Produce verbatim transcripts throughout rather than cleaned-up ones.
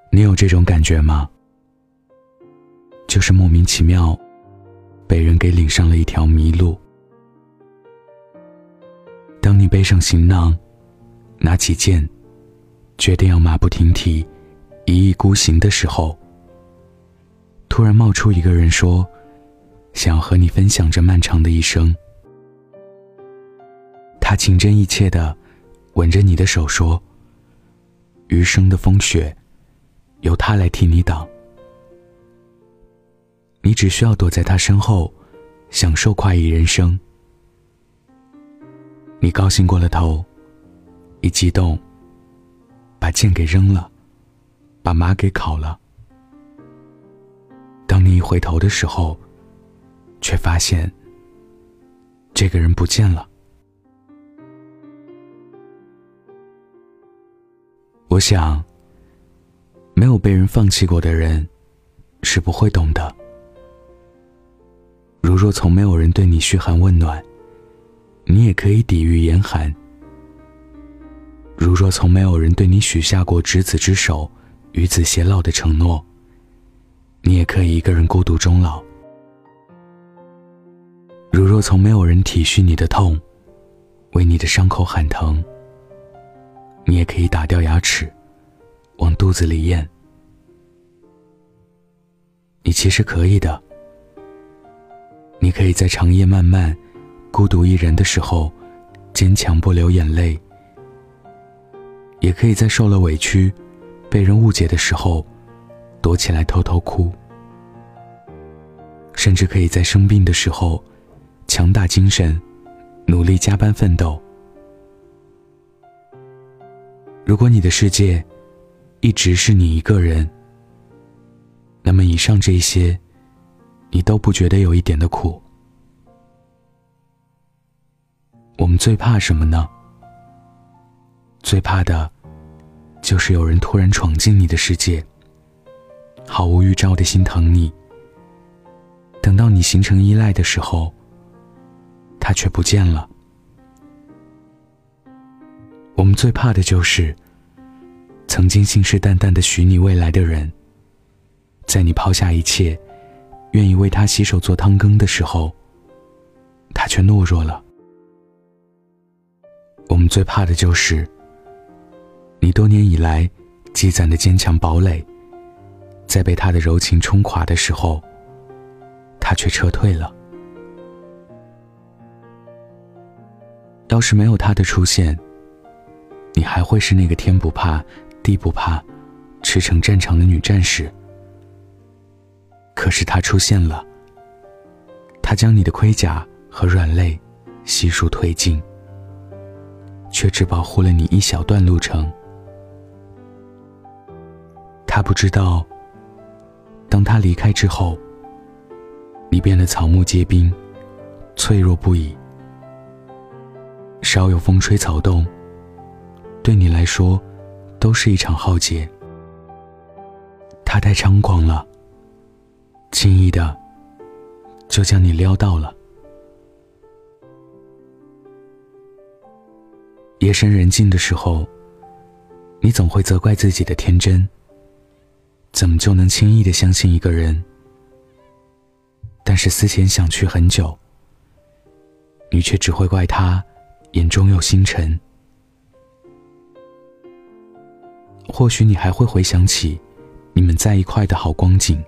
你有这种感觉吗？就是莫名其妙被人给领上了一条迷路。当你背上行囊，拿起剑，决定要马不停蹄一意孤行的时候，突然冒出一个人说，想要和你分享这漫长的一生。他情真意切地吻着你的手说，余生的风雪由他来替你挡，你只需要躲在他身后，享受快意人生。你高兴过了头，一激动，把剑给扔了，把马给烤了。当你一回头的时候，却发现这个人不见了。我想，没有被人放弃过的人是不会懂的。如若从没有人对你嘘寒问暖，你也可以抵御严寒。如若从没有人对你许下过执子之手与子偕老的承诺，你也可以一个人孤独终老。如若从没有人体恤你的痛，为你的伤口喊疼，你也可以打掉牙齿，往肚子里咽。你其实可以的。你可以在长夜漫漫孤独一人的时候坚强不流眼泪，也可以在受了委屈被人误解的时候躲起来偷偷哭，甚至可以在生病的时候强打精神，努力加班奋斗。如果你的世界一直是你一个人，那么以上这些你都不觉得有一点的苦。我们最怕什么呢？最怕的就是有人突然闯进你的世界，毫无预兆地心疼你，等到你形成依赖的时候，他却不见了。我们最怕的就是曾经信誓旦旦地许你未来的人，在你抛下一切愿意为他洗手做汤羹的时候，他却懦弱了。我们最怕的就是你多年以来积攒的坚强堡垒，在被他的柔情冲垮的时候，他却撤退了。要是没有他的出现，你还会是那个天不怕地不怕驰骋战场的女战士。可是他出现了，他将你的盔甲和软肋悉数褪尽，却只保护了你一小段路程。他不知道，当他离开之后，你变得草木皆兵，脆弱不已。稍有风吹草动，对你来说都是一场浩劫。他太猖狂了，轻易的就将你撩到了。夜深人静的时候，你总会责怪自己的天真，怎么就能轻易地相信一个人？但是思前想去很久，你却只会怪他眼中有星辰。或许你还会回想起你们在一块的好光景，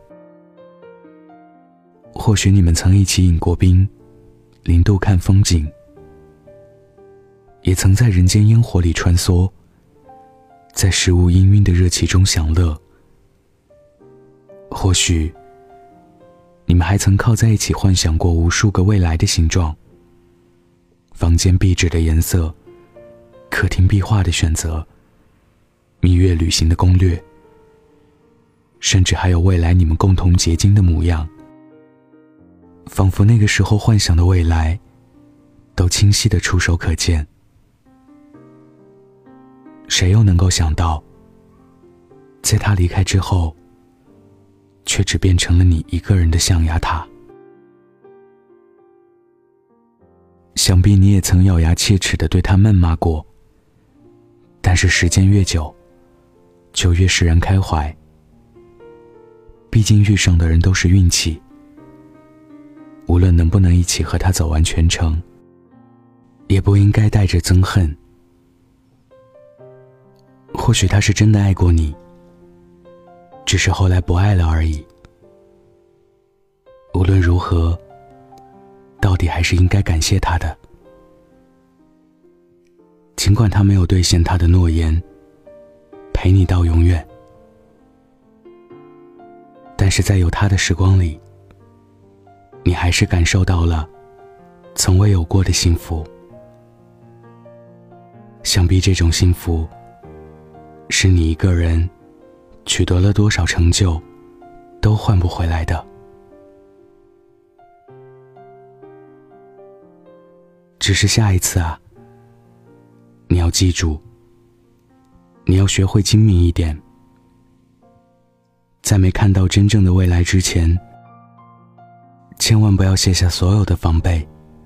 或许你们曾一起饮过冰，零度看风景，也曾在人间烟火里穿梭，在食物氤氲的热气中享乐。或许你们还曾靠在一起幻想过无数个未来的形状，房间壁纸的颜色，客厅壁画的选择，蜜月旅行的攻略，甚至还有未来你们共同结晶的模样。仿佛那个时候幻想的未来都清晰地触手可见。谁又能够想到，在他离开之后，却只变成了你一个人的象牙塔。想必你也曾咬牙切齿地对他谩骂过，但是时间越久，就越释然开怀。 毕竟遇上的人都是运气，无论能不能一起和他走完全程，也不应该带着憎恨。或许他是真的爱过你，只是后来不爱了而已。无论如何，到底还是应该感谢他的。尽管他没有兑现他的诺言，陪你到永远，但是在有他的时光里，你还是感受到了从未有过的幸福。想必这种幸福，是你一个人取得了多少成就都换不回来的。只是下一次啊，你要记住，你要学会精明一点，在没看到真正的未来之前，千万不要卸下所有的防备。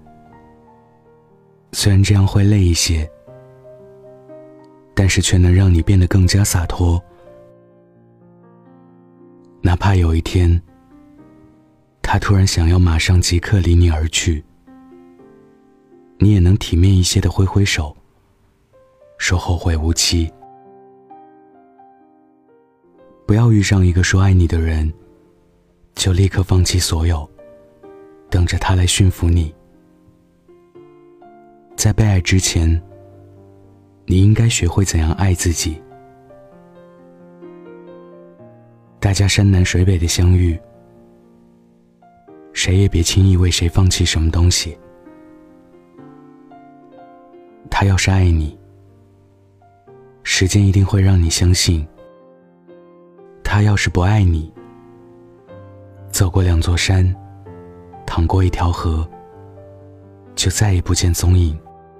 虽然这样会累一些，但是却能让你变得更加洒脱。哪怕有一天，他突然想要马上即刻离你而去，你也能体面一些地挥挥手，说后会无期。不要遇上一个说爱你的人，就立刻放弃所有，等着他来驯服你。在被爱之前，你应该学会怎样爱自己。大家山南水北的相遇，谁也别轻易为谁放弃什么东西。他要是爱你，时间一定会让你相信；他要是不爱你，走过两座山，淌过一条河，就再也不见踪影。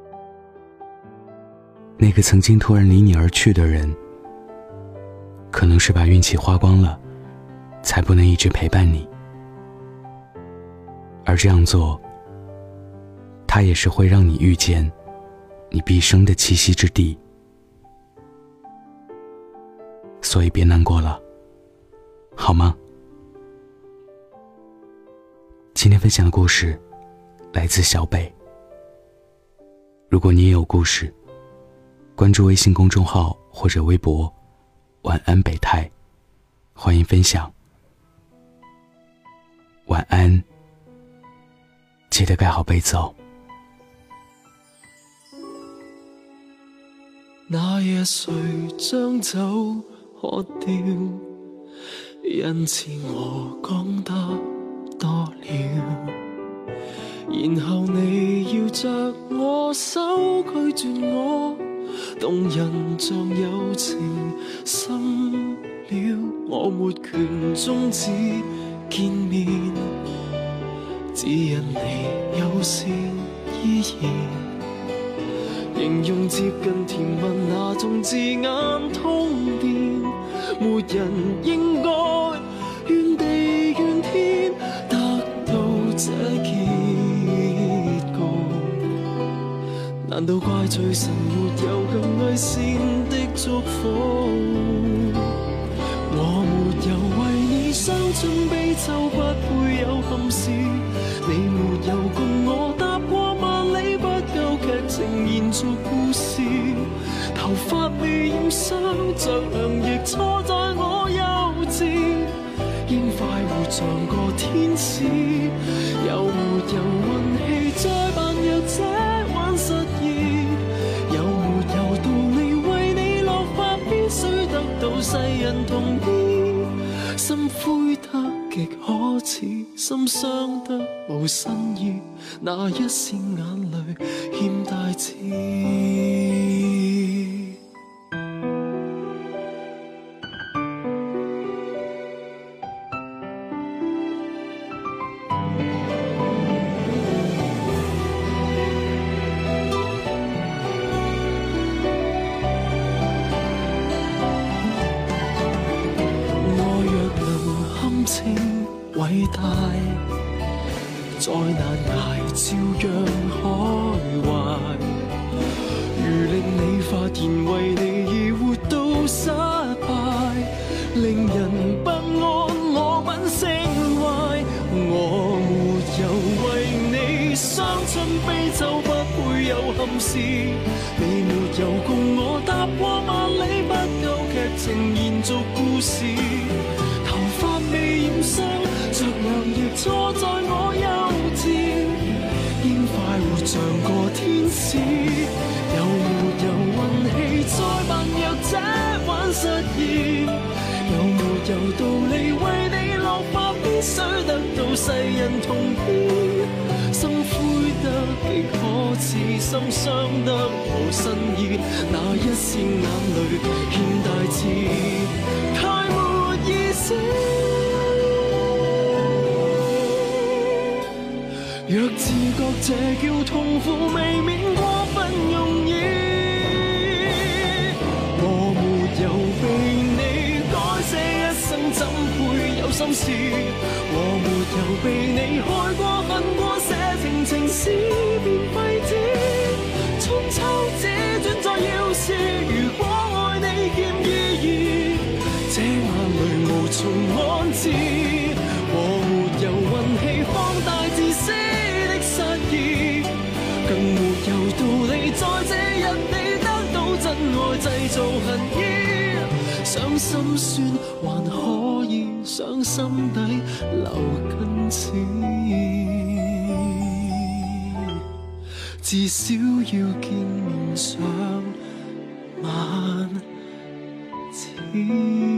那个曾经突然离你而去的人，可能是把运气花光了，才不能一直陪伴你。而这样做，他也是会让你遇见你毕生的栖息之地。所以别难过了，好吗？今天分享的故事来自小北。如果你也有故事，关注微信公众号或者微博晚安北太，欢迎分享。晚安，记得盖好被子哦。 那夜谁将酒喝掉，因此我讲得多了，然后你要着我手拒绝我，动人像友情深了，我没权终止见面，只因你友善依然，形容接近甜蜜那種字眼通電，沒人應該怨地怨天得到這結局，難道怪罪神沒有更偽善的祝福？我沒有為你傷春悲秋，不配有憾事，你沒有共我踏過萬里，不夠劇情延續故事，頭髮未染霜着涼亦錯在我幼稚，應快活像個天使，有沒有運氣再扮弱者玩失意，有沒有道理為你落髮必須得到世人同意，心灰得極可恥，心傷得無新意，那一線眼淚欠大志。偉大再難捱照樣開懷，如令你發現為你而活到失敗，令人不安，我事，你沒有共我踏過萬里，不夠劇情延續故事。頭髮未染霜，着涼亦錯在我幼稚，應快活像個天使。有沒有運氣再扮弱者玩失意？有沒有道理為你落髮必須得到世人同意？心灰得極可恥，心傷得無新意，那一線眼淚欠大志，太沒意思。若自覺這叫痛苦，未免過分容易。我沒有被你改寫一生，怎配有心事？我沒有被你害過、恨過，寫情情詩變廢紙。春秋只轉在要事，如果愛你欠意義，這眼淚無從安置。我沒有運氣放大自私的失意，更沒有道理在這日你得到真愛製造恨意。傷心酸還可以，傷心底留根刺，至少要見面上萬次。